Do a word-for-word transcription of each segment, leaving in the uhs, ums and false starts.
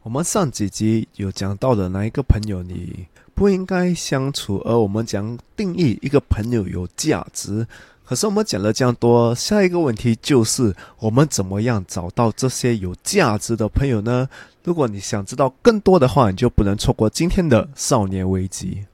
我们上几集有讲到的哪一个朋友你不应该相处，而我们讲定义一个朋友有价值。可是我们讲了这样多，下一个问题就是我们怎么样找到这些有价值的朋友呢？如果你想知道更多的话，你就不能错过今天的少年危机。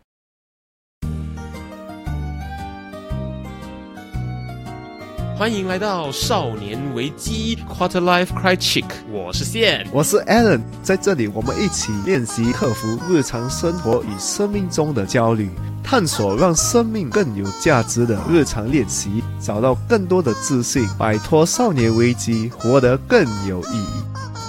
欢迎来到少年危机 Quarter Life Cry Chick， 我是宪， 我是 Alan， 在这里我们一起练习克服日常生活与生命中的焦虑，探索让生命更有价值的日常练习，找到更多的自信，摆脱少年危机，活得更有意义。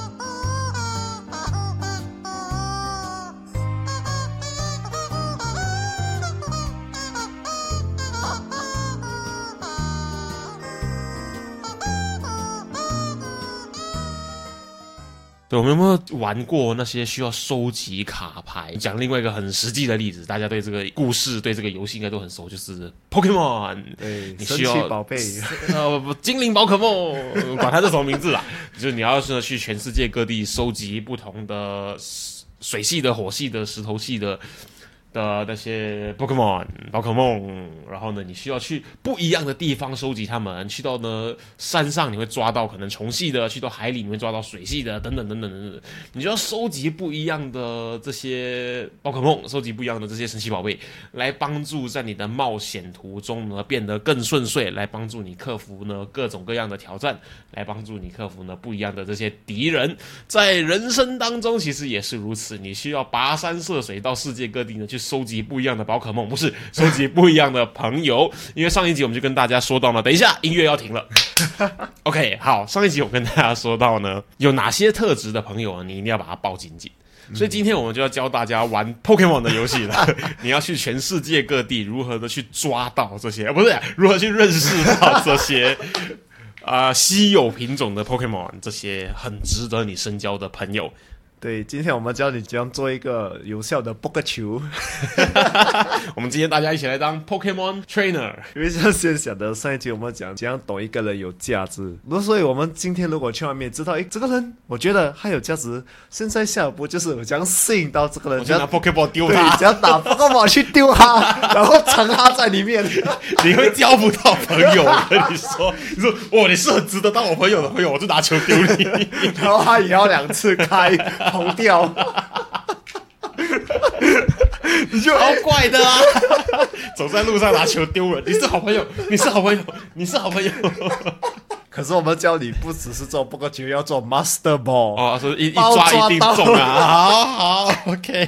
对，我们有没有玩过那些需要收集卡牌？讲另外一个很实际的例子，大家对这个故事、对这个游戏应该都很熟，就是 Pokemon。 对， 你需要神奇宝贝， 呃，精灵宝可梦，管它是什么名字啦，就是你要是去全世界各地收集不同的水系的、火系的、石头系的。的那些 Pokemon 宝可梦，然后呢，你需要去不一样的地方收集它们。去到呢山上，你会抓到可能虫系的；去到海里，你会抓到水系的，等等等等等等。你就要收集不一样的这些宝可梦，收集不一样的这些神奇宝贝，来帮助在你的冒险途中呢变得更顺遂，来帮助你克服呢各种各样的挑战，来帮助你克服呢不一样的这些敌人。在人生当中，其实也是如此，你需要跋山涉水到世界各地呢去收集不一样的宝可梦，不是收集不一样的朋友。因为上一集我们就跟大家说到呢，等一下音乐要停了。OK， 好，上一集我跟大家说到呢，有哪些特质的朋友呢，你一定要把它抱紧紧。所以今天我们就要教大家玩 Pokemon 的游戏了。你要去全世界各地如何的去抓到这些，不是如何去认识到这些啊、呃、稀有品种的 Pokemon， 这些很值得你深交的朋友。 对，今天我们教你怎样做一个有效的扑克球。 我们今天大家一起来当 Pokemon Trainer。 因为像先想的上一集我们讲怎样懂一个人有价值，所以我们今天如果去外面知道，诶，这个人我觉得他有价值，现在下一步就是我怎样吸引到这个人， 我就拿 Pokeball 丢他， 对，怎样打 Pokemon 去丢他，然后藏他在里面。 你会交不到朋友，我跟你说，你说哇，你是很值得当我朋友的朋友，我就拿球丢你， 然后他也要两次开。红掉， 你就好怪的啊！走在路上拿球丢人，你是好朋友，你是好朋友，你是好朋友。 可是我们教你不只是做扑克球，要做 Master Ball 哦，说一一抓一定中啊！好好 ，OK。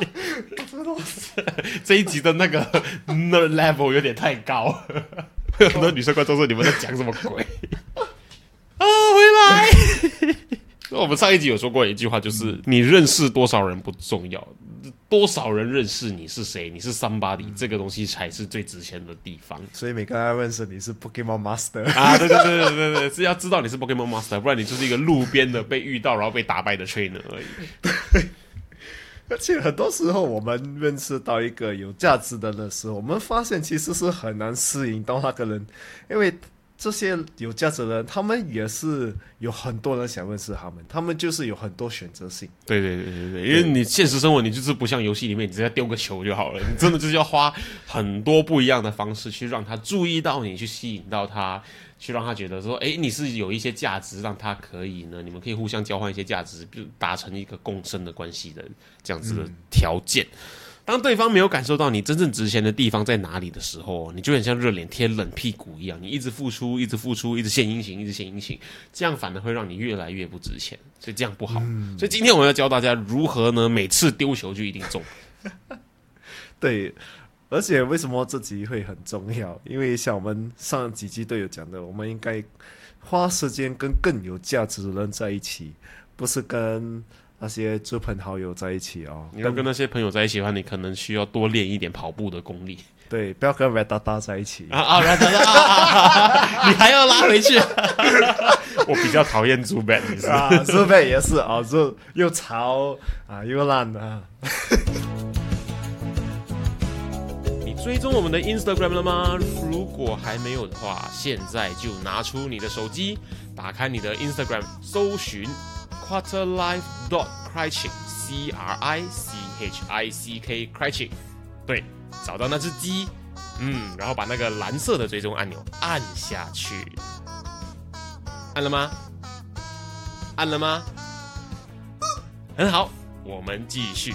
这一集的那个 nerd level 有点太高，有很多女生观众说你们在讲什么鬼啊？回来。我们上一集有说过一句话，就是你认识多少人不重要，多少人认识你是谁，你是 somebody， 这个东西才是最值钱的地方。 所以每个人要认识你是 Pokemon Master 啊，对对对对对对，是要知道你是 Pokemon Master， 不然你就是一个路边的被遇到然后被打败的 trainer 而已。 而且很多时候我们认识到一个有价值的人的时候，我们发现其实是很难适应到那个人，因为这些有价值的人，他们也是有很多人想认识他们，他们就是有很多选择性。 对对对对对，因为你现实生活你就是不像游戏里面，你直接丢个球就好了，你真的就是要花很多不一样的方式去让他注意到你，去吸引到他，去让他觉得说，哎，你是有一些价值，让他可以呢，你们可以互相交换一些价值，达成一个共生的关系的这样子的条件。嗯，当对方没有感受到你真正值钱的地方在哪里的时候，你就很像热脸贴冷屁股一样，你一直付出，一直付出，一直献殷勤，一直献殷勤，这样反而会让你越来越不值钱，所以这样不好。嗯，所以今天我要教大家如何呢，每次丢球就一定中。 对，而且为什么这集会很重要？因为像我们上几集都有讲的，我们应该花时间跟更有价值的人在一起，不是跟那些猪朋好友在一起哦。 你要跟那些朋友在一起的话，你可能需要多练一点跑步的功力。 对，不要跟 Rattata 在一起啊啊 ！Rattata， 你还要拉回去？我比较讨厌猪 bat， 你是啊，猪 bat 也是啊，就又潮啊又烂啊。 你追踪我们的 Instagram 了吗？如果还没有的话，现在就拿出你的手机，打开你的 Instagram， 搜寻 quarterlife dot criching C R I C H I C K criching， 对，找到那只鸡，嗯，然后把那个蓝色的追踪按钮按下去，按了吗？按了吗？很好，我们继续。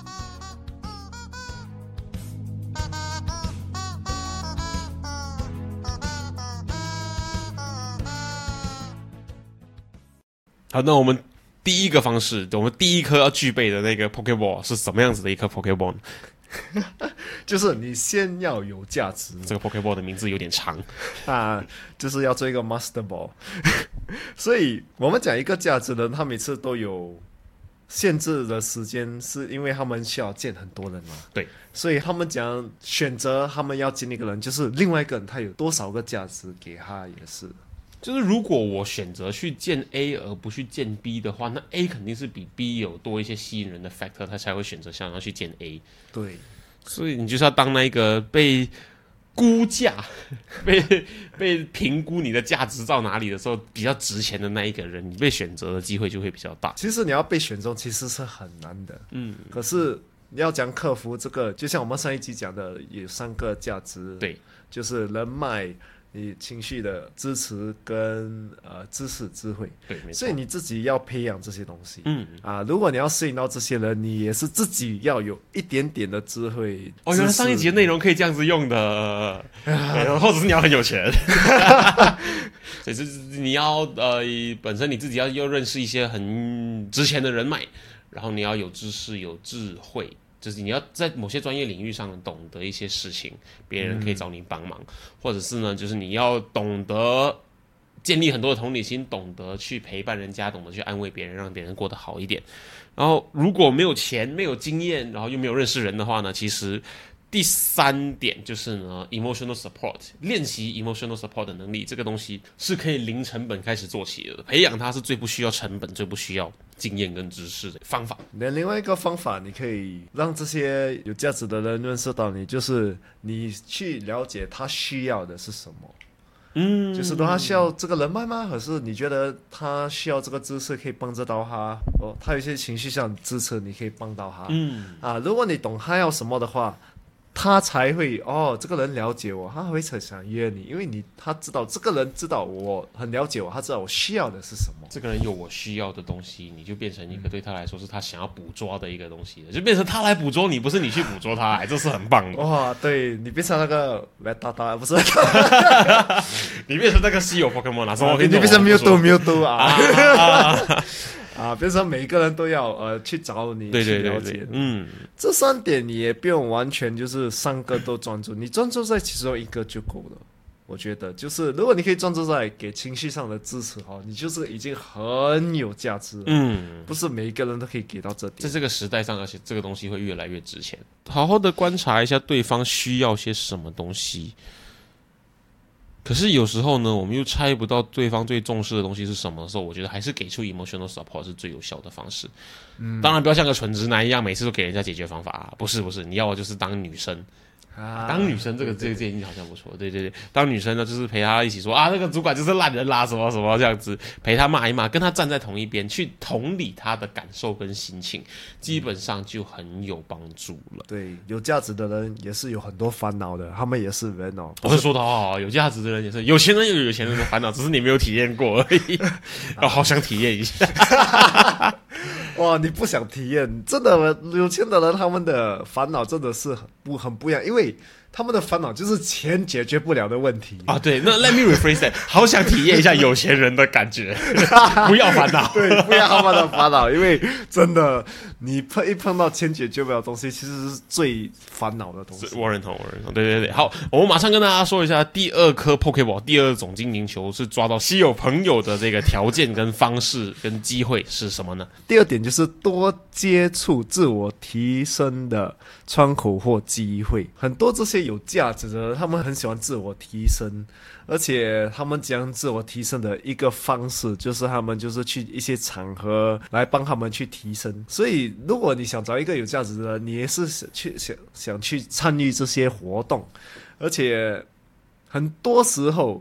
好，那我们第一个方式，我们第一颗要具备的那个 Pokeball 是什么样子的一颗 Pokeball 呢？ 就是你先要有价值。 这个 Pokeball 的名字有点长啊，就是要做一个 Master Ball 。所以我们讲一个价值的人，他每次都有限制的时间，是因为他们需要见很多人嘛。 对， 所以他们讲选择他们要见一个人，就是另外一个人他有多少个价值给他也是。 就是如果我选择去见 A 而不去见 B 的话，那 A 肯定是比 B 有多一些吸引人的 factor， 他才会选择想要去见 A。 对， 所以你就是要当那一个被估价、被被评估你的价值到哪里的时候比较值钱的那一个人，你被选择的机会就会比较大。 其实你要被选中，其实是很难的。嗯，可是你要讲克服这个，就像我们上一集讲的，有三个价值， 对， 就是人脉。你情绪的支持跟呃知识智慧， 对，没错。 所以你自己要培养这些东西， 嗯啊，如果你要吸引到这些人，你也是自己要有一点点的智慧。 哦，原来上一集的内容可以这样子用的，或者是你要很有钱，所以是你要呃本身你自己要要认识一些很值钱的人脉，然后你要有知识有智慧。就是你要在某些专业领域上懂得一些事情，别人可以找你帮忙，嗯、或者是呢，就是你要懂得建立很多的同理心，懂得去陪伴人家，懂得去安慰别人，让别人过得好一点。然后如果没有钱、没有经验，然后又没有认识人的话呢，其实第三点就是呢 ，emotional support， 练习 emotional support 的能力，这个东西是可以零成本开始做起的，培养它是最不需要成本、最不需要经验跟知识的方法。 那另外一个方法，你可以让这些有价值的人认识到你，就是你去了解他需要的是什么。嗯，就是说他需要这个人脉吗？可是你觉得他需要这个知识可以帮助到他？哦，他有一些情绪上的支持，你可以帮到他。嗯，啊，如果你懂他要什么的话。他才会哦，这个人了解我，他会很想约你，因为你他知道这个人知道我很了解我，他知道我需要的是什么。 这个人有我需要的东西，你就变成一个对他来说是他想要捕捉的一个东西了，就变成他来捕捉你，不是你去捕捉他，这是很棒的。 哇，对你变成那个来哒哒，不是？ 你变成那个稀有 Pokemon 了，啊， 你变成Mewtwo Mewtwo啊！啊，变成每一个人都要呃去找你对对对对去了解， 嗯， 这三点你也不用完全就是三个都专注，你专注在其中一个就够了。我觉得就是如果你可以专注在给情绪上的支持哈，你就是已经很有价值了。嗯，不是每一个人都可以给到这点， 在这个时代上，而且这个东西会越来越值钱。好好的观察一下对方需要些什么东西。可是有时候呢，我们又猜不到对方最重视的东西是什么的时候，我觉得还是给出 emotional support 是最有效的方式。嗯，当然不要像个蠢直男一样，每次都给人家解决方法啊！不是不是，你要我就是当女生。啊、当女生这个这个建议好像不错，对对对，当女生呢就是陪她一起说啊，那个主管就是烂人啦，什么什么这样子，陪她骂一骂，跟她站在同一边，去同理她的感受跟心情，基本上就很有帮助了。 对，有价值的人也是有很多烦恼的，他们也是人哦。 我是说的哦，有价值的人也是有钱人，有有钱人的烦恼，只是你没有体验过而已。我好想体验一下。 哇，你不想体验？真的，有钱的人他们的烦恼真的是很不很不一样，因为他们的烦恼就是钱解决不了的问题啊。对，那 let me rephrase that， 好想体验一下有钱人的感觉，不要烦恼， 对，不要他们的烦恼，因为真的，你碰一碰到钱解决不了的东西，其实是最烦恼的东西。 我认同，我认同，对对对。好，我们马上跟大家说一下，第二颗 Pokeball， 第二种精灵球是抓到稀有朋友的这个条件跟方式跟机会是什么呢？ 第二点就是多接触自我提升的窗口或机会，很多这些有价值的人，他们很喜欢自我提升，而且他们将自我提升的一个方式，就是他们就是去一些场合来帮他们去提升。所以，如果你想找一个有价值的人，你也是去想想去参与这些活动，而且很多时候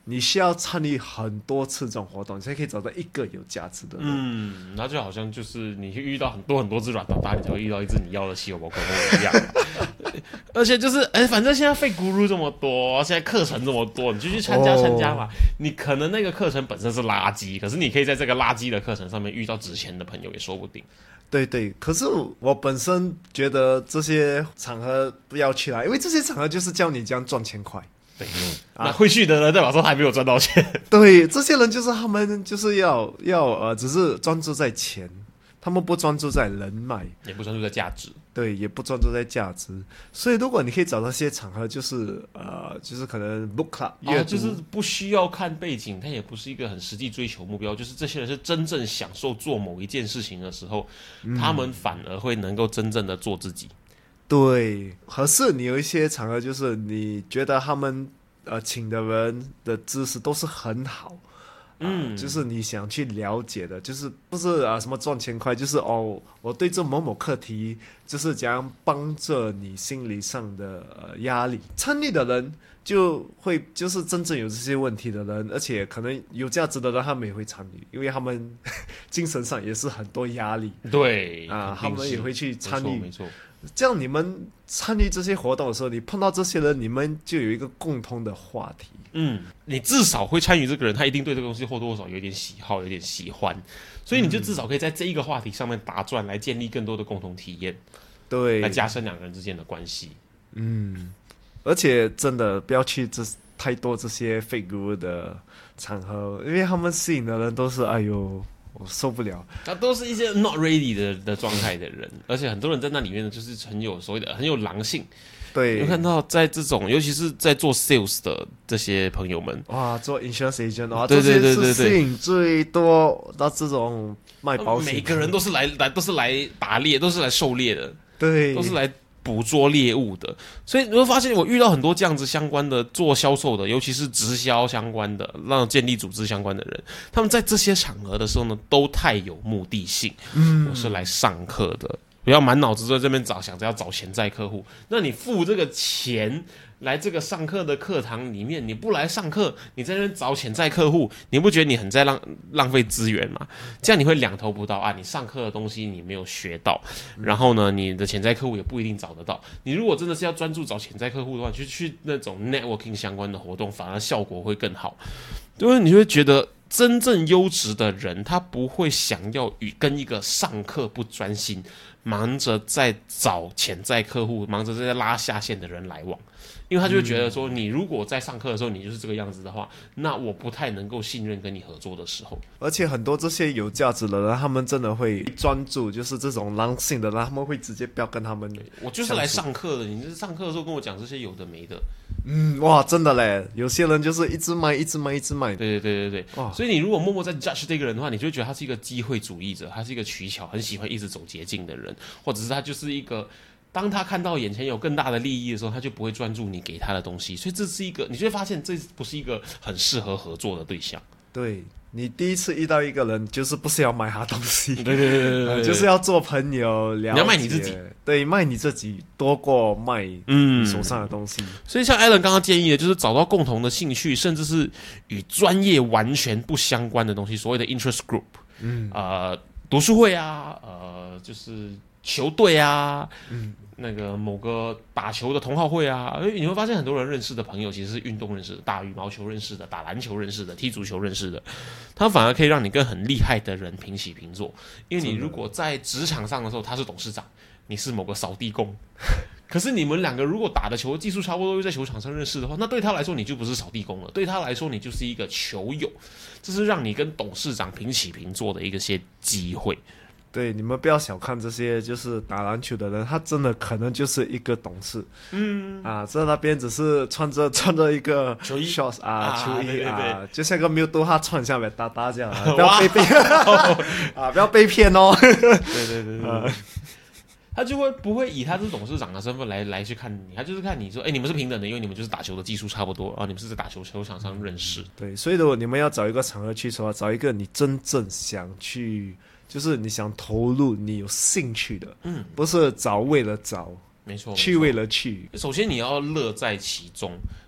你需要参与很多次这种活动，你才可以找到一个有价值的人。 嗯，那就好像就是你遇到很多很多只软蛋蛋，你才会遇到一只你要的稀有宝可梦一样。而且就是，哎、欸，反正现在废咕噜这么多，现在课程这么多，你就去参加参加嘛。Oh. 你可能那个课程本身是垃圾，可是你可以在这个垃圾的课程上面遇到值钱的朋友，也说不定。 对对，可是我本身觉得这些场合不要去啦，因为这些场合就是教你这样赚钱快。 对，那会去的人代表说还没有赚到钱。 对，这些人就是他们就是要要呃，只是专注在钱，他们不专注在人脉， 也不专注在价值。 对，也不专注在价值。所以如果你可以找到些场合，就是呃，就是可能 book club 阅读、哦， 就是不需要看背景，它也不是一个很实际追求目标，就是这些人是真正享受做某一件事情的时候，嗯、他们反而会能够真正的做自己。 对，可是你有一些场合，就是你觉得他们呃请的人的知识都是很好，嗯、呃，就是你想去了解的，就是不是啊什么赚钱快，就是哦，我对这某某课题就是怎样帮着你心理上的呃压力，参与的人就会就是真正有这些问题的人，而且可能有价值的人，他们也会参与，因为他们精神上也是很多压力， 对啊、呃，他们也会去参与， 没错。 这样你们参与这些活动的时候，你碰到这些人，你们就有一个共同的话题。 嗯，你至少会参与这个人，他一定对这个东西或多或少有点喜好，有点喜欢，所以你就至少可以在这一个话题上面打转，来建立更多的共同体验， 对， 来加深两个人之间的关系。 嗯，而且真的不要去这太多这些 fake guru 的场合，因为他们吸引的人都是哎呦。我受不了， 他都是一些 not ready 的的状态的人，而且很多人在那里面呢，就是很有所谓的很有狼性。 对， 有看到在这种，尤其是在做 sales 的这些朋友们， 哇，做 insurance agent 啊， 对对对对对， 吸引最多到这种卖保险， 每个人都是来来都是来打猎，都是来狩猎的， 对， 都是来捕捉猎物的，所以你会发现，我遇到很多这样子相关的做销售的，尤其是直销相关的、让建立组织相关的人，他们在这些场合的时候呢，都太有目的性。嗯，我是来上课的，不要满脑子在这边找，想着要找潜在客户。那你付这个钱来这个上课的课堂里面，你不来上课，你在那边找潜在客户，你不觉得你很在浪浪费资源吗？这样你会两头不到啊！你上课的东西你没有学到，然后呢，你的潜在客户也不一定找得到。你如果真的是要专注找潜在客户的话，就去那种 networking 相关的活动，反而效果会更好。因为你会觉得真正优质的人，他不会想要与跟一个上课不专心、忙着在找潜在客户、忙着在拉下线的人来往。因为他就会觉得说，你如果在上课的时候你就是这个样子的话，那我不太能够信任跟你合作的时候。 而且很多这些有价值的人，他们真的会专注，就是这种狼性的人，他们会直接不要跟他们。 我就是来上课的，你就是上课的时候跟我讲这些有的没的。 嗯，哇，真的嘞，有些人就是一直卖，一直卖，一直卖。 对对对对对，所以你如果默默在 judge 这个人的话，你就会觉得他是一个机会主义者，他是一个取巧，很喜欢一直走捷径的人，或者是他就是一个。当他看到眼前有更大的利益的时候，他就不会专注你给他的东西，所以这是一个，你就会发现这不是一个很适合合作的对象。 对，你第一次遇到一个人，就是不是要买他东西， 对对对对 对, 对、呃， 就是要做朋友，了解， 你要卖你自己， 对，卖你自己多过卖你手上的东西。嗯、 所以像 Alan 刚刚建议的，就是找到共同的兴趣，甚至是与专业完全不相关的东西，所谓的 interest group， 嗯，呃，读书会啊，呃，就是球队啊，嗯。那个某个打球的同好会啊，你会发现很多人认识的朋友其实是运动认识的，打羽毛球认识的，打篮球认识的，踢足球认识的，他反而可以让你跟很厉害的人平起平坐。因为你如果在职场上的时候他是董事长，你是某个扫地工，可是你们两个如果打的球技术差不多，又在球场上认识的话，那对他来说你就不是扫地工了，对他来说你就是一个球友，这是让你跟董事长平起平坐的一个些机会。 对，你们不要小看这些，就是打篮球的人，他真的可能就是一个董事，嗯啊，在那边只是穿着穿着一个球衣 shorts 啊， 啊球衣对对对啊，就像个没有多他穿下面哒哒这样啊，不要被骗啊，不要被骗哦。 对对对对对。啊他就会不会以他是董事长的身份来来去看你，他就是看你说，哎，你们是平等的，因为你们就是打球的技术差不多啊，你们是在打球球场上认识。 对，所以如果你们要找一个场合去的话，找一个你真正想去，就是你想投入、你有兴趣的，嗯，不是找为了找， 没错， 去为了去。 首先你要乐在其中，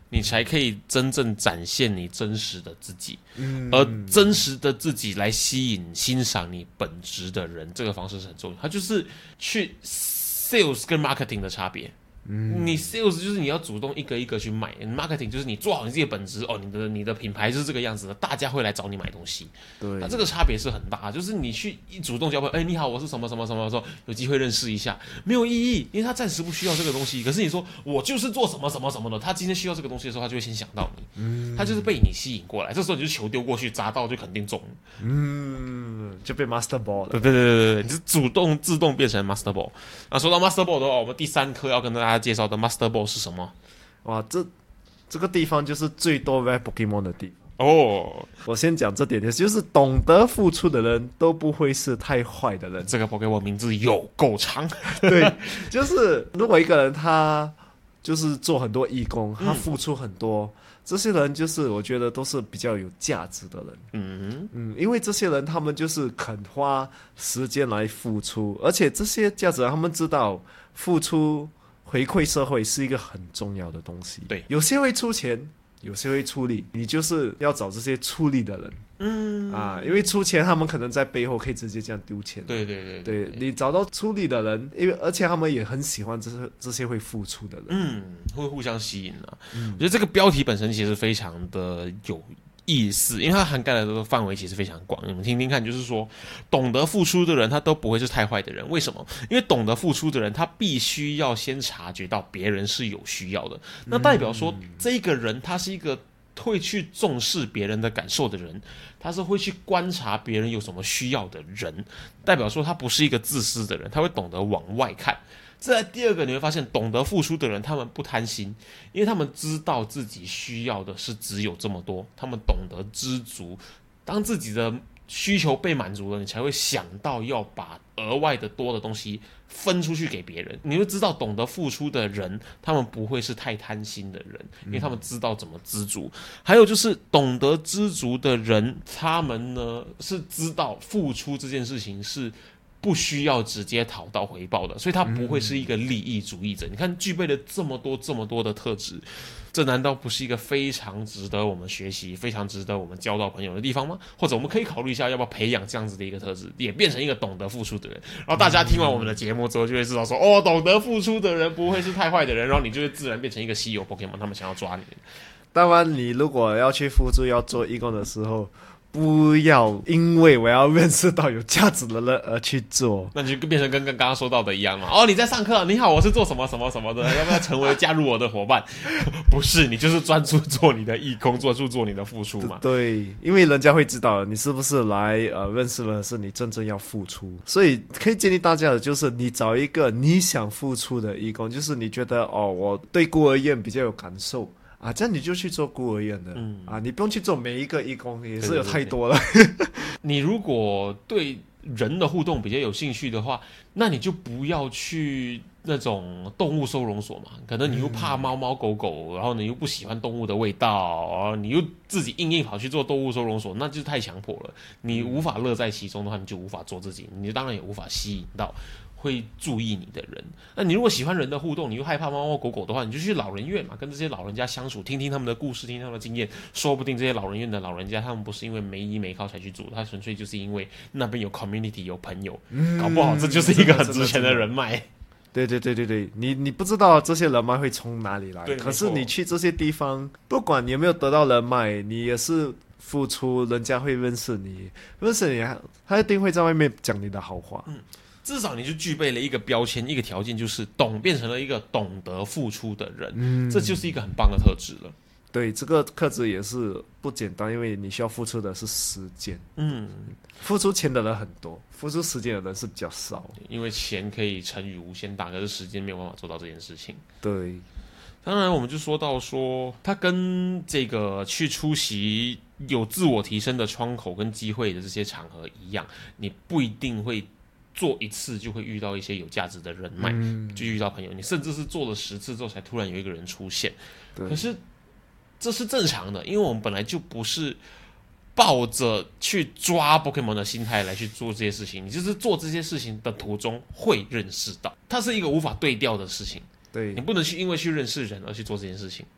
你才可以真正展现你真实的自己，嗯，而真实的自己来吸引欣赏你本质的人，这个方式是很重要。它就是去 sales 跟 marketing 的差别。嗯，你 sales 就是你要主动一个一个去卖 ，marketing 就是你做好你自己的本质哦，你的你的品牌就是这个样子的，大家会来找你买东西。 对， 那这个差别是很大，就是你去一主动交朋友，哎，你好，我是什么什么什么的时候，有机会认识一下，没有意义，因为他暂时不需要这个东西。可是你说我就是做什么什么什么的，他今天需要这个东西的时候，他就会先想到你，嗯，他就是被你吸引过来，这时候你就球丢过去，砸到就肯定中， 嗯，就被 master ball 了。 对对对对对，你是主动自动变成 master ball。那说到 master ball 的话，我们第三课要跟大家介绍的 master ball 是什么？ 哇，这这个地方就是最多 rare Pokemon 的地方哦。 我先讲这点，就是懂得付出的人都不会是太坏的人。 这个 Pokemon 名字有够长。 对，就是如果一个人他就是做很多义工，他付出很多。嗯，这些人就是我觉得都是比较有价值的人。嗯嗯，因为这些人他们就是肯花时间来付出，而且这些价值人他们知道付出回馈社会是一个很重要的东西。 对， 有些会出钱，有些会出力，你就是要找这些出力的人。嗯啊，因为出钱他们可能在背后可以直接这样丢钱。 对对对对, 对, 对，你找到出力的人，因为而且他们也很喜欢这些这些会付出的人。嗯， 会互相吸引啊。嗯，我觉得这个标题本身其实非常的有意思，因为它涵盖的范围其实非常广。你们听听看，就是说，懂得付出的人，他都不会是太坏的人。为什么？因为懂得付出的人，他必须要先察觉到别人是有需要的，那代表说，这个人他是一个会去重视别人的感受的人，他是会去观察别人有什么需要的人，代表说他不是一个自私的人，他会懂得往外看。再来第二个，你会发现懂得付出的人，他们不贪心，因为他们知道自己需要的是只有这么多，他们懂得知足。当自己的需求被满足了，你才会想到要把额外的多的东西分出去给别人。你会知道懂得付出的人，他们不会是太贪心的人，因为他们知道怎么知足。还有就是懂得知足的人，他们呢是知道付出这件事情是不需要直接讨到回报的，所以他不会是一个利益主义者。你看，具备了这么多这么多的特质，这难道不是一个非常值得我们学习、非常值得我们交到朋友的地方吗？或者我们可以考虑一下，要不要培养这样子的一个特质，也变成一个懂得付出的人。然后大家听完我们的节目之后，就会知道说，哦，懂得付出的人不会是太坏的人，然后你就会自然变成一个稀有 Pokemon， 他们想要抓你。 当然，你如果要去付出、要做义工的时候，不要因为我要认识到有价值的人而去做， 那你就变成跟跟刚刚说到的一样嘛。哦，你在上课，你好，我是做什么什么什么的，要不要成为加入我的伙伴？不是，你就是专注做你的义工，专注做你的付出嘛。 对，因为人家会知道你是不是来呃认识的是你真正要付出，所以可以建议大家的就是你找一个你想付出的义工，就是你觉得哦，我对孤儿院比较有感受。啊，这样你就去做孤儿院的、嗯、啊，你不用去做每一个义工，也是有太多了。 对对对你如果对人的互动比较有兴趣的话，那你就不要去那种动物收容所嘛。可能你又怕猫猫狗狗，然后你又不喜欢动物的味道，然后你又自己硬硬跑去做动物收容所，那就太强迫了。你无法乐在其中的话，你就无法做自己，你当然也无法吸引到会注意你的人。那你如果喜欢人的互动，你又害怕猫猫狗狗的话，你就去老人院嘛，跟这些老人家相处，听听他们的故事，听听他们的经验。说不定这些老人院的老人家，他们不是因为没依没靠才去住，他纯粹就是因为那边有 community 有朋友、嗯、搞不好这就是一个很值钱的人脉。 对对对对对，你你不知道这些人脉会从哪里来，可是你去这些地方，不管你有没有得到人脉，你也是付出，人家会认识你，认识你，他一定会在外面讲你的好话。嗯， 至少你就具备了一个标签，一个条件，就是懂，变成了一个懂得付出的人，嗯，这就是一个很棒的特质了。 对，这个特质也是不简单，因为你需要付出的是时间。嗯，付出钱的人很多，付出时间的人是比较少。 因为钱可以乘以无限大，可是时间没有办法做到这件事情。 对， 当然我们就说到说，他跟这个去出席有自我提升的窗口跟机会的这些场合一样，你不一定会做一次就会遇到一些有价值的人脉，嗯、就遇到朋友。你甚至是做了十次之后，才突然有一个人出现。可是这是正常的，因为我们本来就不是抱着去抓 Pokemon 的心态来去做这些事情，你就是做这些事情的途中会认识到，它是一个无法对调的事情。 对， 你不能去因为去认识人而去做这件事情。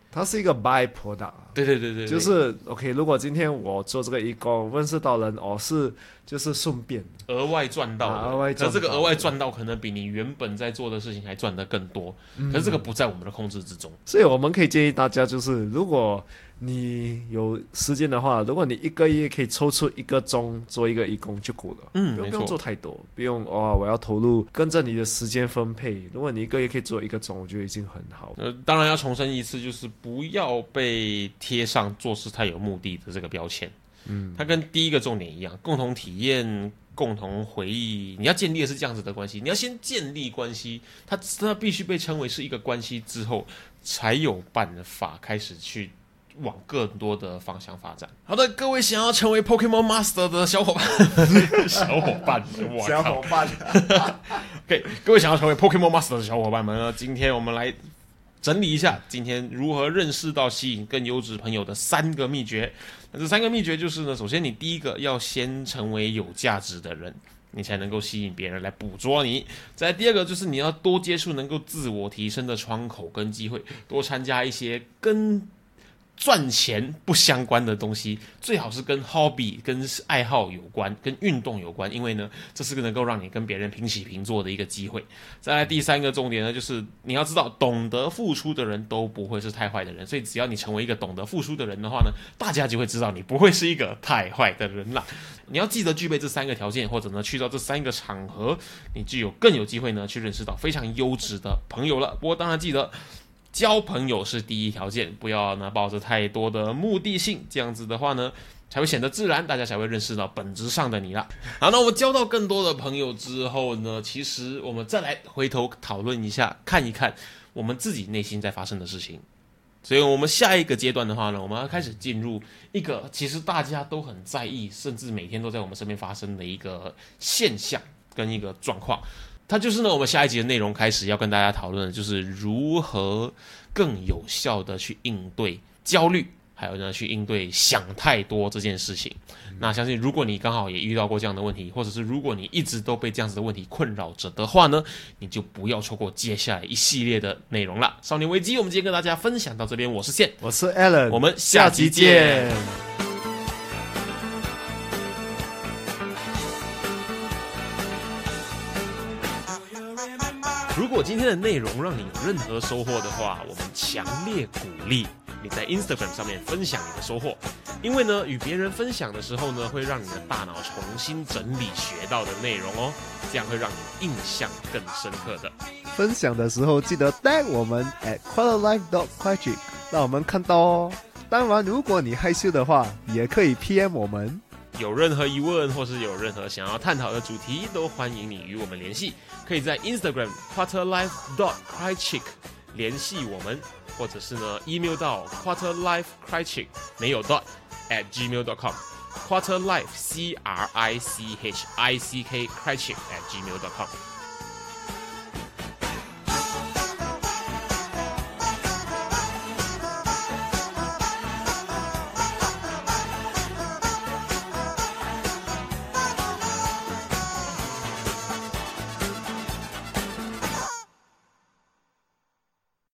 它是一个 byproduct。 对对对 对, 对， 就是 OK。如果今天我做这个义工，认识到人，哦，是就是顺便额外赚到的， 啊、额外赚到的， 可是这个额外赚到可能比你原本在做的事情还赚得更多，嗯、可是这个不在我们的控制之中。 所以我们可以建议大家，就是如果你有时间的话，如果你一个月可以抽出一个钟做一个义工就够了， 嗯， 不用不用做太多，不用哦，我要投入跟着你的时间分配。如果你一个月可以做一个钟，我觉得已经很好。 呃，当然要重申一次，就是不要被贴上做事太有目的的这个标签。嗯，它跟第一个重点一样，共同体验、共同回忆，你要建立的是这样子的关系，你要先建立关系，它它必须被称为是一个关系之后，才有办法开始去往更多的方向发展。好的，各位想要成为 Pokemon Master 的小伙伴，小伙伴， 小伙伴 ，OK， 各位想要成为 Pokemon Master 的小伙伴们呢，今天我们来整理一下今天如何认识到吸引更优质朋友的三个秘诀。那这三个秘诀就是呢，首先你第一个要先成为有价值的人，你才能够吸引别人来捕捉你。再来第二个就是你要多接触能够自我提升的窗口跟机会，多参加一些跟赚钱不相关的东西，最好是跟 hobby 跟爱好有关，跟运动有关，因为呢这是个能够让你跟别人平起平坐的一个机会。再来第三个重点呢，就是你要知道懂得付出的人都不会是太坏的人，所以只要你成为一个懂得付出的人的话呢，大家就会知道你不会是一个太坏的人啦。你要记得具备这三个条件，或者呢去到这三个场合，你就有更有机会呢去认识到非常优质的朋友了。不过当然记得交朋友是第一条件，不要呢抱着太多的目的性，这样子的话呢才会显得自然，大家才会认识到本质上的你啦。好，那我们交到更多的朋友之后呢，其实我们再来回头讨论一下，看一看我们自己内心在发生的事情。所以我们下一个阶段的话呢，我们要开始进入一个其实大家都很在意，甚至每天都在我们身边发生的一个现象跟一个状况。它就是呢，我们下一集的内容开始要跟大家讨论的，就是如何更有效的去应对焦虑，还有呢去应对想太多这件事情。嗯、那相信如果你刚好也遇到过这样的问题，或者是如果你一直都被这样子的问题困扰着的话呢，你就不要错过接下来一系列的内容了。少年危机，我们今天跟大家分享到这边，我是宪， 我是 Alan， 我们下集见。如果今天的内容让你有任何收获的话，我们强烈鼓励你在 Instagram 上面分享你的收获，因为呢，与别人分享的时候呢，会让你的大脑重新整理学到的内容哦，这样会让你印象更深刻的。 分享的时候记得 tag 我们 at quarterlife dot critic， 让我们看到哦。当然，如果你害羞的话，也可以 P M 我们。 有任何疑问或是有任何想要探讨的主题，都欢迎你与我们联系。可以在 Instagram quarterlife dot critic 联系我们，或者是呢 email 到 quarterlifecritic 没有 dot at gmail dot com quarterlife c r i c h i c k critic at gmail dot com。